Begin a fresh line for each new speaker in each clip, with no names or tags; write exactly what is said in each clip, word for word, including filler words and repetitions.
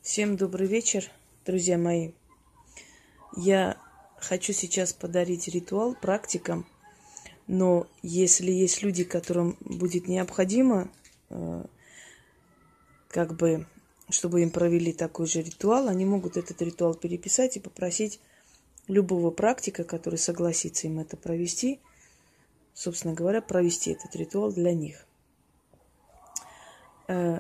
Всем добрый вечер, друзья мои. Я хочу сейчас подарить ритуал практикам, но если есть люди, которым будет необходимо, э, как бы, чтобы им провели такой же ритуал, они могут этот ритуал переписать и попросить любого практика, который согласится им это провести, собственно говоря, провести этот ритуал для них. Э,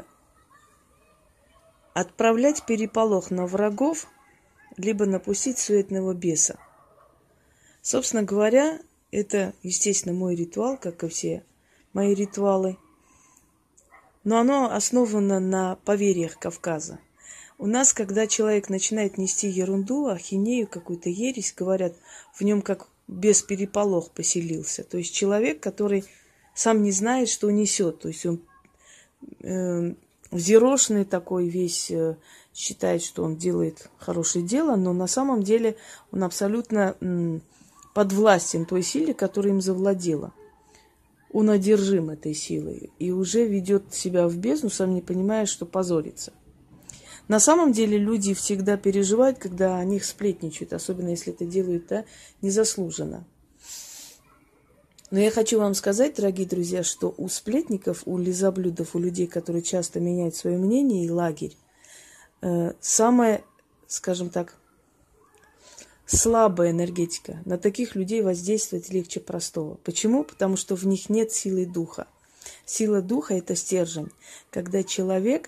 Отправлять переполох на врагов, либо напустить суетного беса. Собственно говоря, это, естественно, мой ритуал, как и все мои ритуалы. Но оно основано на поверьях Кавказа. У нас, когда человек начинает нести ерунду, ахинею, какую-то ересь, говорят, в нем как бес переполох поселился. То есть человек, который сам не знает, что несет. То есть он э, взъерошенный такой весь, э, считает, что он делает хорошее дело, но на самом деле он абсолютно м, подвластен той силе, которая им завладела. Он одержим этой силой и уже ведет себя в бездну, сам не понимая, что позорится. На самом деле люди всегда переживают, когда о них сплетничают, особенно если это делают, да, незаслуженно. Но я хочу вам сказать, дорогие друзья, что у сплетников, у лизоблюдов, у людей, которые часто меняют свое мнение и лагерь, э, самая, скажем так, слабая энергетика. На таких людей воздействовать легче простого. Почему? Потому что в них нет силы духа. Сила духа – это стержень, когда человек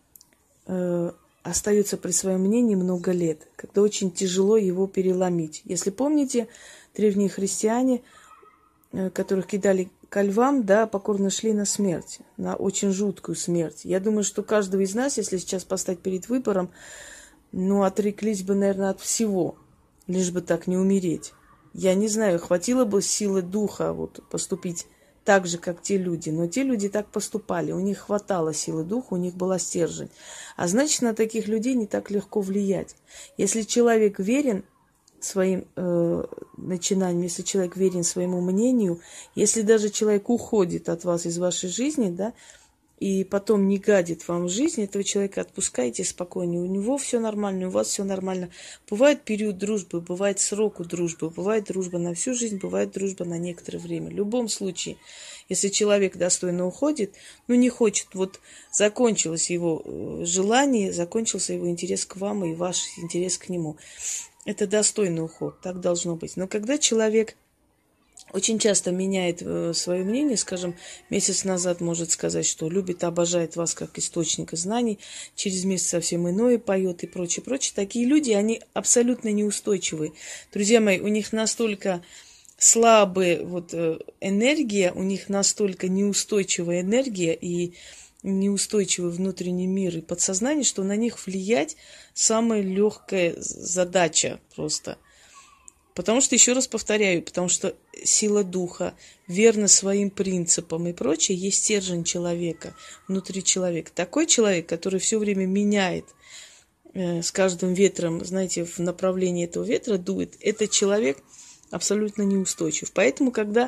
э, остается при своем мнении много лет, когда очень тяжело его переломить. Если помните, древние христиане, которых кидали ко львам, да, покорно шли на смерть, на очень жуткую смерть. Я думаю, что каждого из нас, если сейчас поставить перед выбором, ну, отреклись бы, наверное, от всего, лишь бы так не умереть. Я не знаю, хватило бы силы духа вот поступить так же, как те люди, но те люди так поступали, у них хватало силы духа, у них была стержень. А значит, на таких людей не так легко влиять. Если человек верен своим э, начинаниям, если человек верен своему мнению, если даже человек уходит от вас из вашей жизни, да, и потом не гадит вам в жизни, этого человека отпускайте спокойнее. У него все нормально, у вас все нормально. Бывает период дружбы, бывает срок у дружбы, бывает дружба на всю жизнь, бывает дружба на некоторое время. В любом случае, если человек достойно уходит, ну не хочет, вот закончилось его желание, закончился его интерес к вам и ваш интерес к нему. Это достойный уход, так должно быть. Но когда человек очень часто меняет э, свое мнение, скажем, месяц назад может сказать, что любит, обожает вас как источника знаний, через месяц совсем иное поет и прочее, прочее. Такие люди, они абсолютно неустойчивые. Друзья мои, у них настолько слабая вот, э, энергия, у них настолько неустойчивая энергия и неустойчивый внутренний мир и подсознание, что на них влиять самая легкая задача просто. Потому что, еще раз повторяю, потому что сила духа, верность своим принципам и прочее, есть стержень человека, внутри человека. Такой человек, который все время меняет э, с каждым ветром, знаете, в направлении этого ветра дует, этот человек абсолютно неустойчив. Поэтому, когда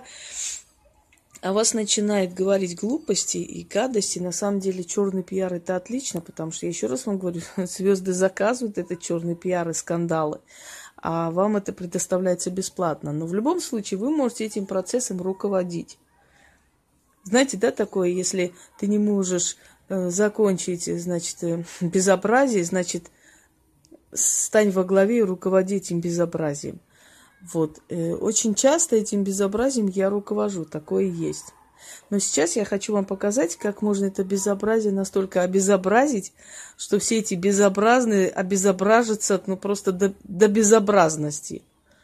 о вас начинает говорить глупости и гадости, на самом деле черный пиар – это отлично, потому что, я еще раз вам говорю, звезды заказывают этот черный пиар и скандалы, а вам это предоставляется бесплатно. Но в любом случае вы можете этим процессом руководить. Знаете, да, такое, если ты не можешь э, закончить, значит, э, безобразие, значит, стань во главе и руководи этим безобразием. Вот. Очень часто этим безобразием я руковожу, такое есть. Но сейчас я хочу вам показать, как можно это безобразие настолько обезобразить, что все эти безобразные обезображатся, ну, просто до, до безобразности.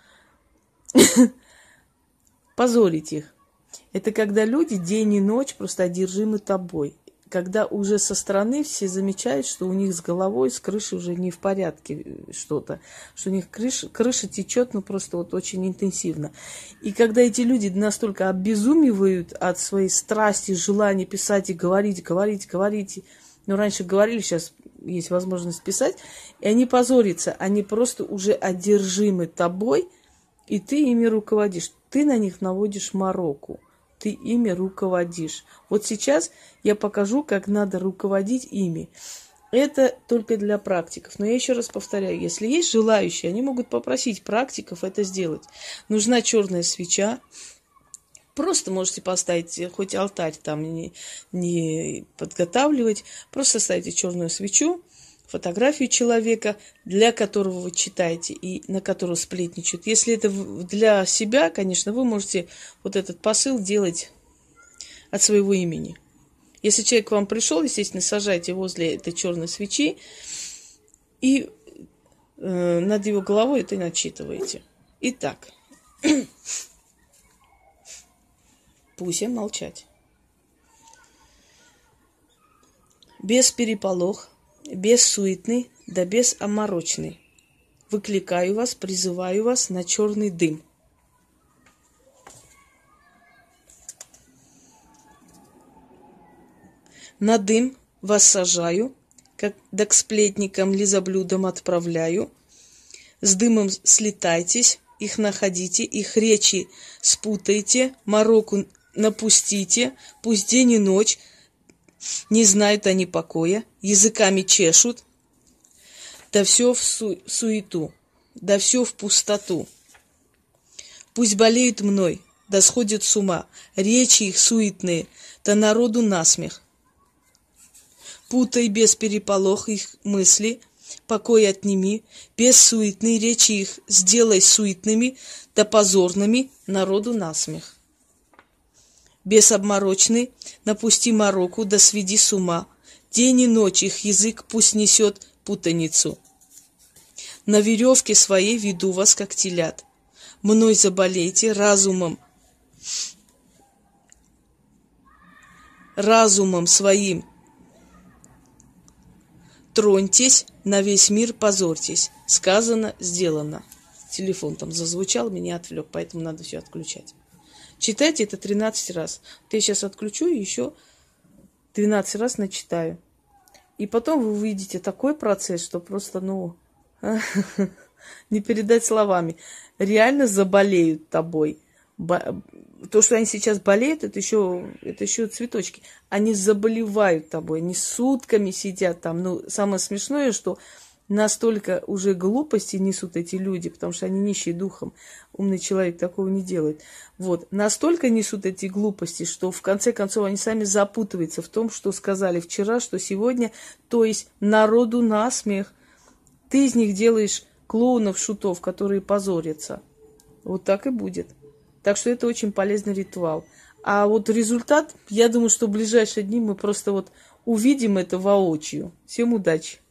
Позорить их. Это когда люди день и ночь просто одержимы тобой. Когда уже со стороны все замечают, что у них с головой, с крышей уже не в порядке что-то, что у них крыша, крыша течет, ну, просто вот очень интенсивно. И когда эти люди настолько обезумевают от своей страсти, желания писать и говорить, говорить, говорить, ну, раньше говорили, сейчас есть возможность писать, и они позорятся, они просто уже одержимы тобой, и ты ими руководишь, ты на них наводишь мороку. Ты ими руководишь. Вот сейчас я покажу, как надо руководить ими. Это только для практиков. Но я еще раз повторяю, если есть желающие, они могут попросить практиков это сделать. Нужна черная свеча. Просто можете поставить, хоть алтарь там не, не подготавливать, просто ставите черную свечу, фотографию человека, для которого вы читаете и на которого сплетничают. Если это для себя, конечно, вы можете вот этот посыл делать от своего имени. Если человек к вам пришел, естественно, сажайте возле этой черной свечи и э, над его головой это начитываете. Итак, пусть молчать. Без переполох, без суетный, да без оморочный. Выкликаю вас, призываю вас на черный дым. На дым вас сажаю, как да к сплетникам лизоблюдам отправляю. С дымом слетайтесь, их находите, их речи спутайте, мороку напустите, пусть день и ночь не знают они покоя, языками чешут, да все в су- суету, да все в пустоту. Пусть болеют мной, да сходят с ума, речи их суетные, да народу насмех. Путай без переполох их мысли, покой отними, без суетной речи их сделай суетными, да позорными народу насмех. Без обморочный напусти мороку, да сведи с ума, день и ночь их язык пусть несет путаницу. На веревке своей веду вас, как телят. Мной заболейте разумом, разумом своим. Троньтесь, на весь мир позорьтесь. Сказано, сделано. Телефон там зазвучал, меня отвлек, поэтому надо все отключать. Читайте это тринадцать раз. Вот я сейчас отключу и еще двенадцать раз начитаю. И потом вы увидите такой процесс, что просто, ну, не передать словами. Реально заболеют тобой. То, что они сейчас болеют, это еще, это еще цветочки. Они заболевают тобой, они сутками сидят там. Ну, самое смешное, что настолько уже глупости несут эти люди, потому что они нищие духом. Умный человек такого не делает. Вот. Настолько несут эти глупости, что в конце концов они сами запутываются в том, что сказали вчера, что сегодня. То есть народу насмех. Ты из них делаешь клоунов, шутов, которые позорятся. Вот так и будет. Так что это очень полезный ритуал. А вот результат, я думаю, что в ближайшие дни мы просто вот увидим это воочию. Всем удачи!